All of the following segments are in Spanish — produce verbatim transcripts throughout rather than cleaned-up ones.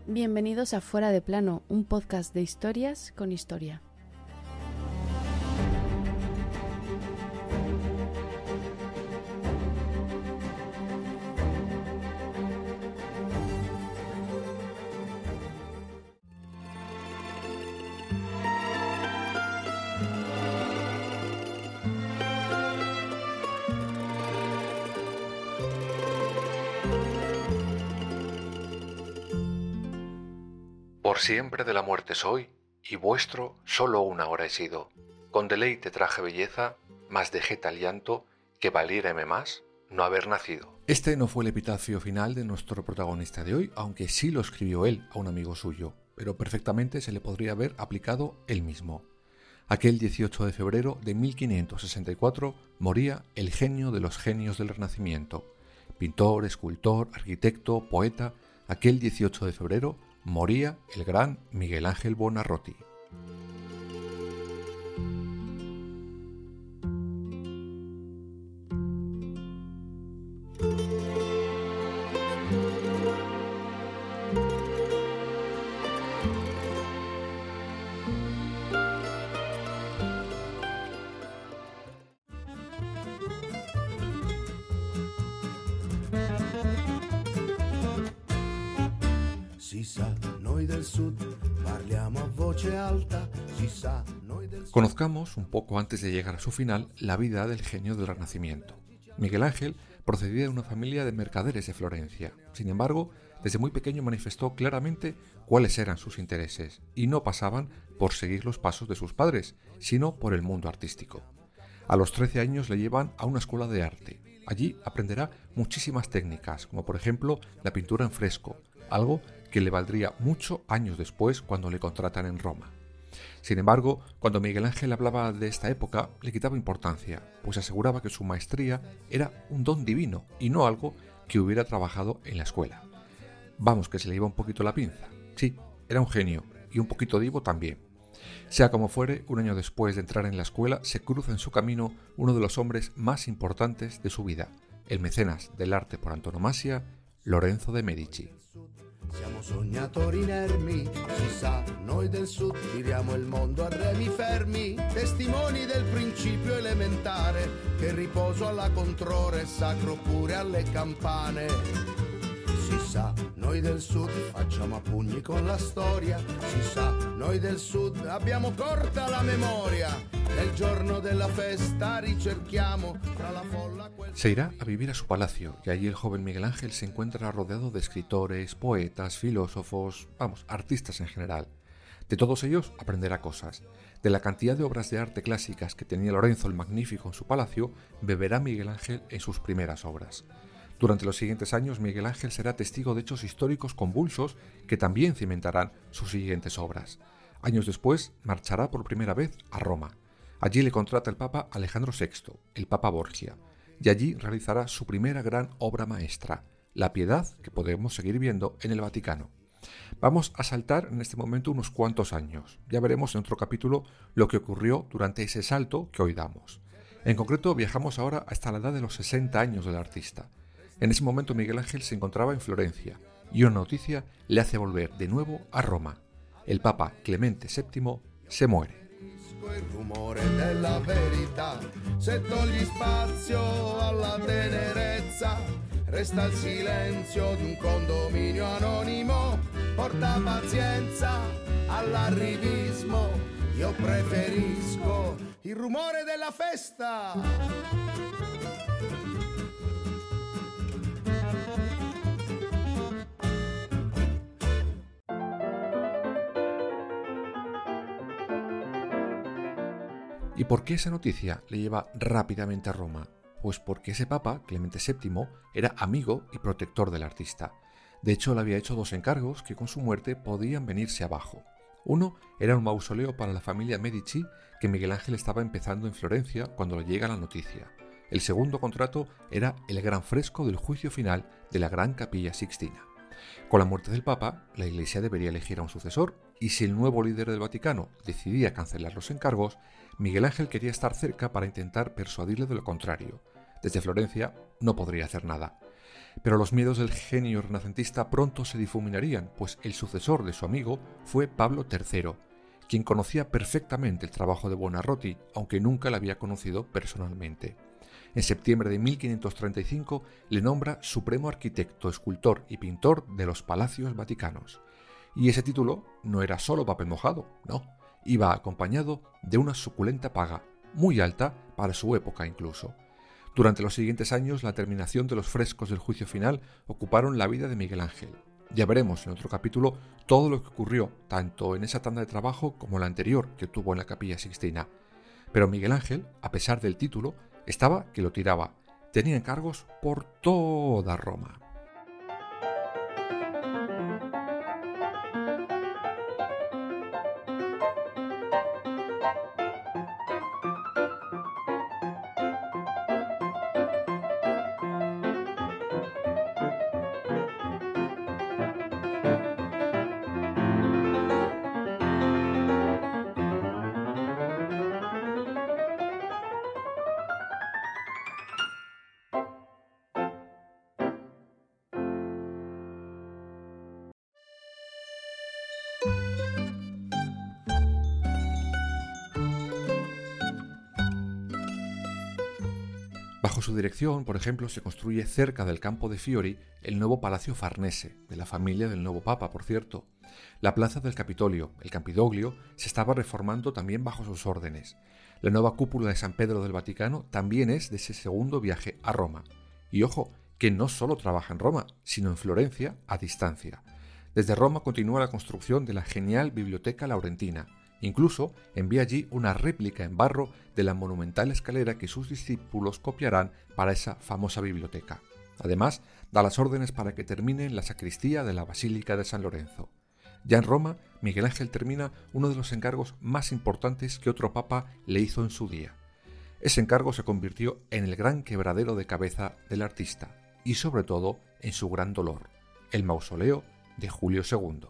Bienvenidos a Fuera de Plano, un podcast de historias con historia. Por siempre de la muerte soy, y vuestro solo una hora he sido. Con deleite traje belleza, mas dejé tal llanto, que valiérame más no haber nacido. Este no fue el epitafio final de nuestro protagonista de hoy, aunque sí lo escribió él a un amigo suyo, pero perfectamente se le podría haber aplicado él mismo. Aquel dieciocho de febrero de mil quinientos sesenta y cuatro moría el genio de los genios del Renacimiento. Pintor, escultor, arquitecto, poeta, aquel dieciocho de febrero moría el gran Miguel Ángel Buonarroti. Conozcamos, un poco antes de llegar a su final, la vida del genio del Renacimiento. Miguel Ángel procedía de una familia de mercaderes de Florencia. Sin embargo, desde muy pequeño manifestó claramente cuáles eran sus intereses, y no pasaban por seguir los pasos de sus padres, sino por el mundo artístico. A los trece años le llevan a una escuela de arte. Allí aprenderá muchísimas técnicas, como por ejemplo la pintura en fresco, algo que le valdría mucho años después cuando le contratan en Roma. Sin embargo, cuando Miguel Ángel hablaba de esta época, le quitaba importancia, pues aseguraba que su maestría era un don divino y no algo que hubiera trabajado en la escuela. Vamos, que se le iba un poquito la pinza. Sí, era un genio y un poquito divo también. Sea como fuere, un año después de entrar en la escuela, se cruza en su camino uno de los hombres más importantes de su vida, el mecenas del arte por antonomasia, Lorenzo de Medici. Siamo sognatori inermi, si sa, noi del sud giriamo il mondo a remi fermi, testimoni del principio elementare, che il riposo alla controra è sacro pure alle campane. Si sa, noi del sud facciamo a pugni con la storia, si sa, noi del sud abbiamo corta la memoria, nel giorno della festa ricerchiamo tra la folla quel... Se irá a vivir a su palacio y allí el joven Miguel Ángel se encuentra rodeado de escritores, poetas, filósofos, vamos, artistas en general. De todos ellos aprenderá cosas. De la cantidad de obras de arte clásicas que tenía Lorenzo el Magnífico en su palacio, beberá Miguel Ángel en sus primeras obras. Durante los siguientes años, Miguel Ángel será testigo de hechos históricos convulsos que también cimentarán sus siguientes obras. Años después, marchará por primera vez a Roma. Allí le contrata el Papa Alejandro sexto, el Papa Borgia, y allí realizará su primera gran obra maestra, La Piedad, que podemos seguir viendo en el Vaticano. Vamos a saltar en este momento unos cuantos años. Ya veremos en otro capítulo lo que ocurrió durante ese salto que hoy damos. En concreto, viajamos ahora hasta la edad de los sesenta años del artista. En ese momento Miguel Ángel se encontraba en Florencia y una noticia le hace volver de nuevo a Roma. El Papa Clemente séptimo se muere. Il rumore della verità, se togli spazio alla tenerezza, resta il silenzio di un condominio anonimo, porta pazienza all'arrivismo, io preferisco il rumore della festa. ¿Y por qué esa noticia le lleva rápidamente a Roma? Pues porque ese papa, Clemente séptimo, era amigo y protector del artista. De hecho, le había hecho dos encargos que con su muerte podían venirse abajo. Uno era un mausoleo para la familia Medici que Miguel Ángel estaba empezando en Florencia cuando le llega la noticia. El segundo contrato era el gran fresco del juicio final de la Gran Capilla Sixtina. Con la muerte del Papa, la Iglesia debería elegir a un sucesor, y si el nuevo líder del Vaticano decidía cancelar los encargos, Miguel Ángel quería estar cerca para intentar persuadirle de lo contrario. Desde Florencia no podría hacer nada. Pero los miedos del genio renacentista pronto se difuminarían, pues el sucesor de su amigo fue Pablo tercero, quien conocía perfectamente el trabajo de Buonarroti, aunque nunca le había conocido personalmente. En septiembre de mil quinientos treinta y cinco le nombra supremo arquitecto, escultor y pintor de los palacios vaticanos. Y ese título no era solo papel mojado, no, iba acompañado de una suculenta paga, muy alta para su época incluso. Durante los siguientes años, la terminación de los frescos del juicio final ocuparon la vida de Miguel Ángel. Ya veremos en otro capítulo todo lo que ocurrió, tanto en esa tanda de trabajo como la anterior que tuvo en la Capilla Sixtina. Pero Miguel Ángel, a pesar del título, estaba que lo tiraba. Tenía encargos por toda Roma. Bajo su dirección, por ejemplo, se construye cerca del campo de Fiori el nuevo Palacio Farnese, de la familia del nuevo Papa, por cierto. La plaza del Capitolio, el Campidoglio, se estaba reformando también bajo sus órdenes. La nueva cúpula de San Pedro del Vaticano también es de ese segundo viaje a Roma. Y ojo, que no solo trabaja en Roma, sino en Florencia a distancia. Desde Roma continúa la construcción de la genial Biblioteca Laurentina. Incluso envía allí una réplica en barro de la monumental escalera que sus discípulos copiarán para esa famosa biblioteca. Además, da las órdenes para que termine la sacristía de la Basílica de San Lorenzo. Ya en Roma, Miguel Ángel termina uno de los encargos más importantes que otro papa le hizo en su día. Ese encargo se convirtió en el gran quebradero de cabeza del artista y sobre todo en su gran dolor, el mausoleo de Julio segundo.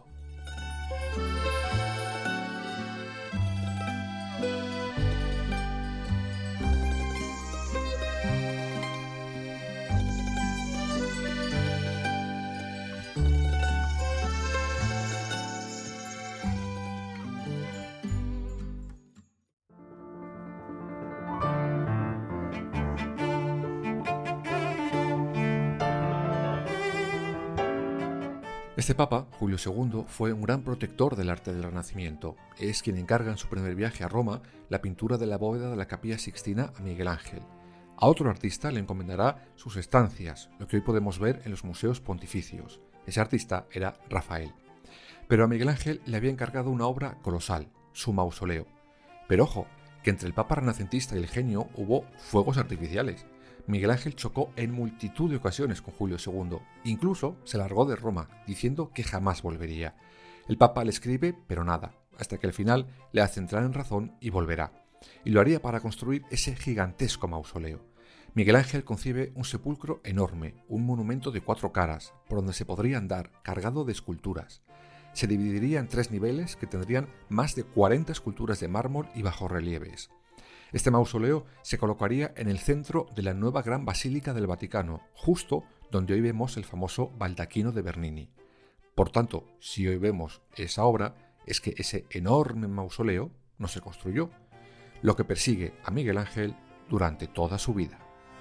Este papa, Julio segundo, fue un gran protector del arte del Renacimiento. Es quien encarga en su primer viaje a Roma la pintura de la bóveda de la Capilla Sixtina a Miguel Ángel. A otro artista le encomendará sus estancias, lo que hoy podemos ver en los museos pontificios. Ese artista era Rafael. Pero a Miguel Ángel le había encargado una obra colosal, su mausoleo. Pero ojo, que entre el papa renacentista y el genio hubo fuegos artificiales. Miguel Ángel chocó en multitud de ocasiones con Julio segundo, incluso se largó de Roma, diciendo que jamás volvería. El Papa le escribe, pero nada, hasta que al final le hace entrar en razón y volverá. Y lo haría para construir ese gigantesco mausoleo. Miguel Ángel concibe un sepulcro enorme, un monumento de cuatro caras, por donde se podría andar, cargado de esculturas. Se dividiría en tres niveles que tendrían más de cuarenta esculturas de mármol y bajorrelieves. Este mausoleo se colocaría en el centro de la nueva gran Basílica del Vaticano, justo donde hoy vemos el famoso baldaquino de Bernini. Por tanto, si hoy vemos esa obra, es que ese enorme mausoleo no se construyó, lo que persigue a Miguel Ángel durante toda su vida.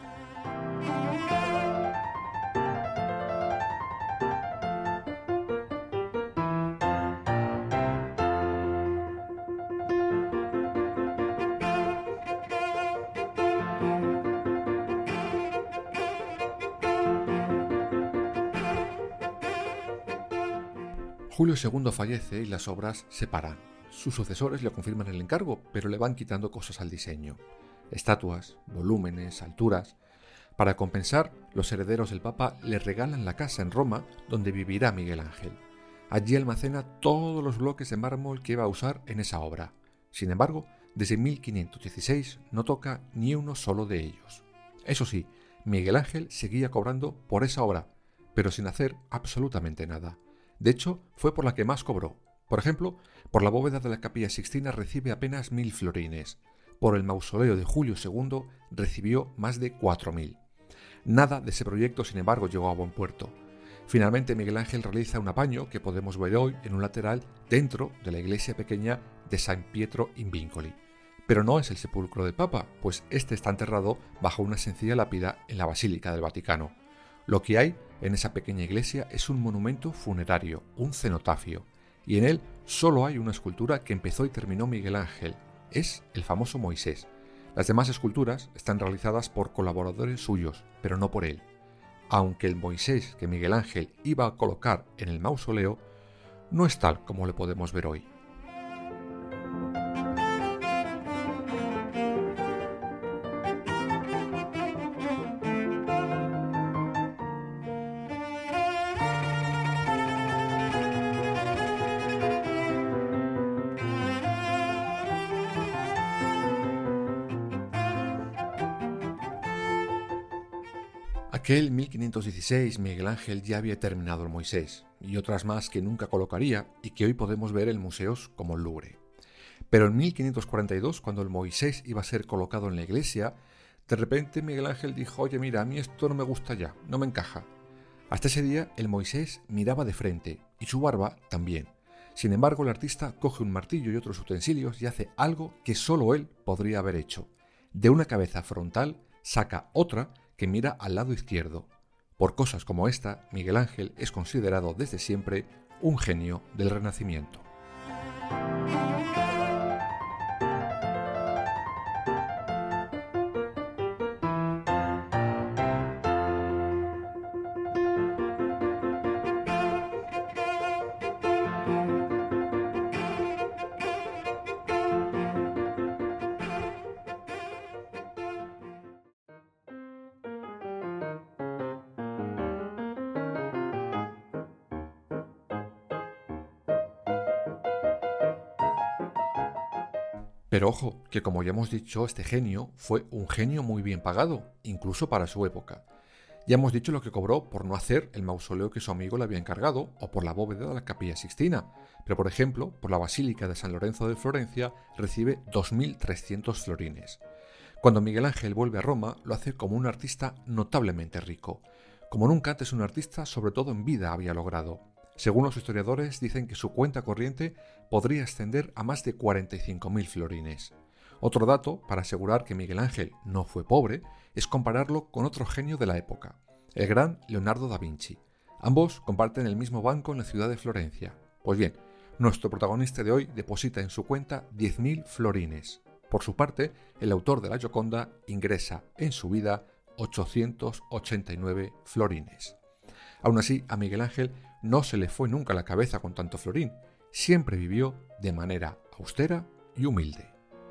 Julio segundo fallece y las obras se paran. Sus sucesores le confirman el encargo, pero le van quitando cosas al diseño. Estatuas, volúmenes, alturas. Para compensar, los herederos del Papa le regalan la casa en Roma donde vivirá Miguel Ángel. Allí almacena todos los bloques de mármol que iba a usar en esa obra. Sin embargo, desde mil quinientos dieciséis no toca ni uno solo de ellos. Eso sí, Miguel Ángel seguía cobrando por esa obra, pero sin hacer absolutamente nada. De hecho, fue por la que más cobró. Por ejemplo, por la bóveda de la Capilla Sixtina recibe apenas mil florines. Por el mausoleo de Julio segundo recibió más de cuatro mil. Nada de ese proyecto, sin embargo, llegó a buen puerto. Finalmente Miguel Ángel realiza un apaño que podemos ver hoy en un lateral dentro de la iglesia pequeña de San Pietro in Vincoli. Pero no es el sepulcro del Papa, pues este está enterrado bajo una sencilla lápida en la Basílica del Vaticano. Lo que hay en esa pequeña iglesia es un monumento funerario, un cenotafio, y en él solo hay una escultura que empezó y terminó Miguel Ángel. Es el famoso Moisés. Las demás esculturas están realizadas por colaboradores suyos, pero no por él. Aunque el Moisés que Miguel Ángel iba a colocar en el mausoleo no es tal como le podemos ver hoy. Aquel mil quinientos dieciséis Miguel Ángel ya había terminado el Moisés, y otras más que nunca colocaría y que hoy podemos ver en museos como el Louvre. Pero en mil quinientos cuarenta y dos, cuando el Moisés iba a ser colocado en la iglesia, de repente Miguel Ángel dijo: oye, mira, a mí esto no me gusta ya, no me encaja. Hasta ese día el Moisés miraba de frente, y su barba también. Sin embargo, el artista coge un martillo y otros utensilios y hace algo que solo él podría haber hecho. De una cabeza frontal saca otra que mira al lado izquierdo. Por cosas como esta, Miguel Ángel es considerado desde siempre un genio del Renacimiento. Pero ojo, que como ya hemos dicho, este genio fue un genio muy bien pagado, incluso para su época. Ya hemos dicho lo que cobró por no hacer el mausoleo que su amigo le había encargado, o por la bóveda de la Capilla Sixtina, pero por ejemplo, por la Basílica de San Lorenzo de Florencia recibe dos mil trescientos florines. Cuando Miguel Ángel vuelve a Roma, lo hace como un artista notablemente rico, como nunca antes un artista, sobre todo en vida, había logrado. Según los historiadores, dicen que su cuenta corriente podría ascender a más de cuarenta y cinco mil florines. Otro dato, para asegurar que Miguel Ángel no fue pobre, es compararlo con otro genio de la época, el gran Leonardo da Vinci. Ambos comparten el mismo banco en la ciudad de Florencia. Pues bien, nuestro protagonista de hoy deposita en su cuenta diez mil florines. Por su parte, el autor de la Gioconda ingresa en su vida ochocientos ochenta y nueve florines. Aún así, a Miguel Ángel no se le fue nunca la cabeza con tanto florín, siempre vivió de manera austera y humilde.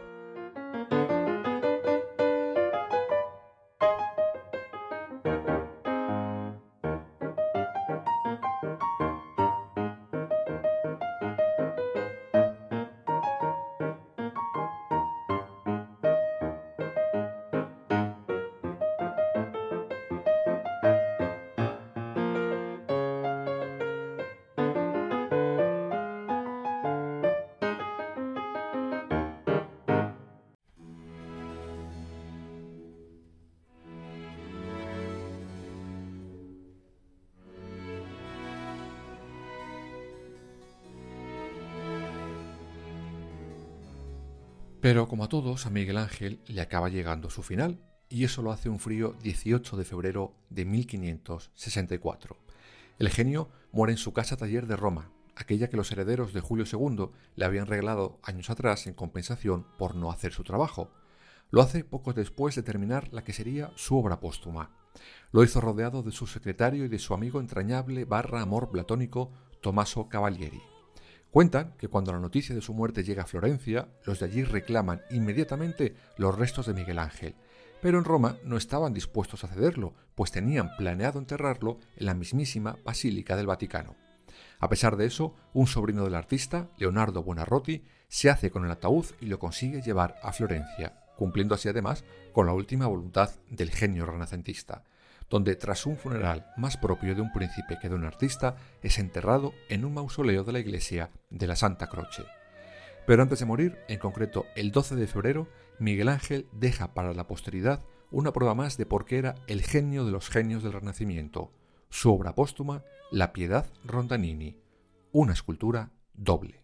Pero como a todos, a Miguel Ángel le acaba llegando su final, y eso lo hace un frío dieciocho de febrero de mil quinientos sesenta y cuatro. El genio muere en su casa taller de Roma, aquella que los herederos de Julio segundo le habían regalado años atrás en compensación por no hacer su trabajo. Lo hace poco después de terminar la que sería su obra póstuma. Lo hizo rodeado de su secretario y de su amigo entrañable barra amor platónico Tommaso Cavalieri. Cuentan que cuando la noticia de su muerte llega a Florencia, los de allí reclaman inmediatamente los restos de Miguel Ángel, pero en Roma no estaban dispuestos a cederlo, pues tenían planeado enterrarlo en la mismísima Basílica del Vaticano. A pesar de eso, un sobrino del artista, Leonardo Buonarroti, se hace con el ataúd y lo consigue llevar a Florencia, cumpliendo así además con la última voluntad del genio renacentista, donde tras un funeral más propio de un príncipe que de un artista, es enterrado en un mausoleo de la iglesia de la Santa Croce. Pero antes de morir, en concreto el doce de febrero, Miguel Ángel deja para la posteridad una prueba más de por qué era el genio de los genios del Renacimiento. Su obra póstuma, La Piedad Rondanini, una escultura doble.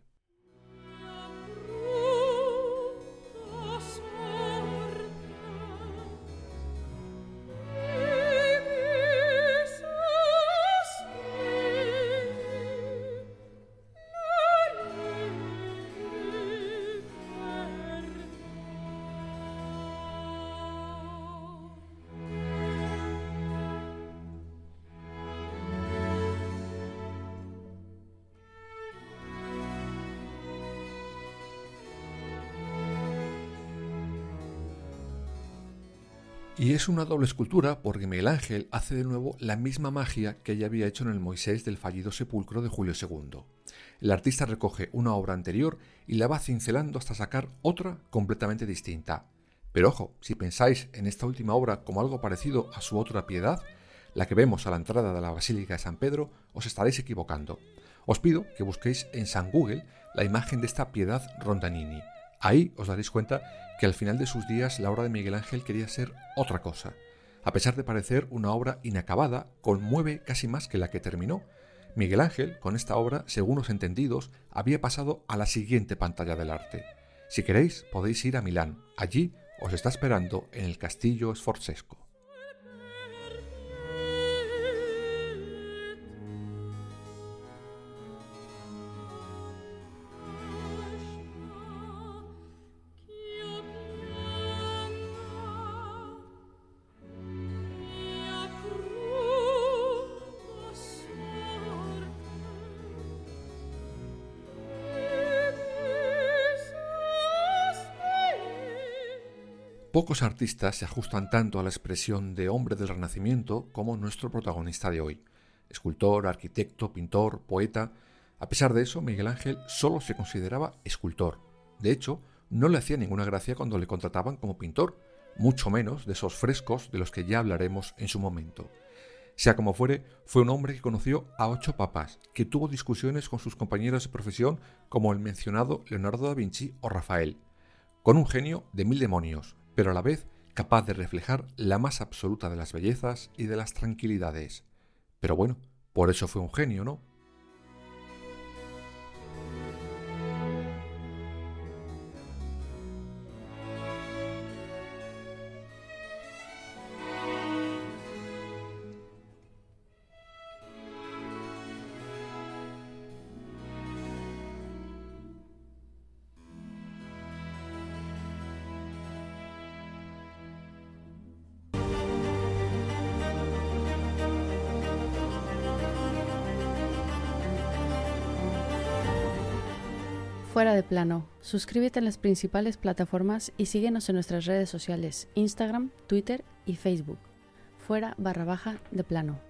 Y es una doble escultura porque Miguel Ángel hace de nuevo la misma magia que ya había hecho en el Moisés del fallido sepulcro de Julio segundo. El artista recoge una obra anterior y la va cincelando hasta sacar otra completamente distinta. Pero ojo, si pensáis en esta última obra como algo parecido a su otra Piedad, la que vemos a la entrada de la Basílica de San Pedro, os estaréis equivocando. Os pido que busquéis en San Google la imagen de esta Piedad Rondanini. Ahí os daréis cuenta que al final de sus días la obra de Miguel Ángel quería ser otra cosa. A pesar de parecer una obra inacabada, conmueve casi más que la que terminó. Miguel Ángel, con esta obra, según los entendidos, había pasado a la siguiente pantalla del arte. Si queréis, podéis ir a Milán. Allí os está esperando en el Castillo Sforzesco. Pocos artistas se ajustan tanto a la expresión de hombre del Renacimiento como nuestro protagonista de hoy. Escultor, arquitecto, pintor, poeta. A pesar de eso, Miguel Ángel solo se consideraba escultor. De hecho, no le hacía ninguna gracia cuando le contrataban como pintor, mucho menos de esos frescos de los que ya hablaremos en su momento. Sea como fuere, fue un hombre que conoció a ocho papas, que tuvo discusiones con sus compañeros de profesión como el mencionado Leonardo da Vinci o Rafael, con un genio de mil demonios, pero a la vez capaz de reflejar la más absoluta de las bellezas y de las tranquilidades. Pero bueno, por eso fue un genio, ¿no? Fuera de plano. Suscríbete en las principales plataformas y síguenos en nuestras redes sociales, Instagram, Twitter y Facebook. Fuera barra baja de plano.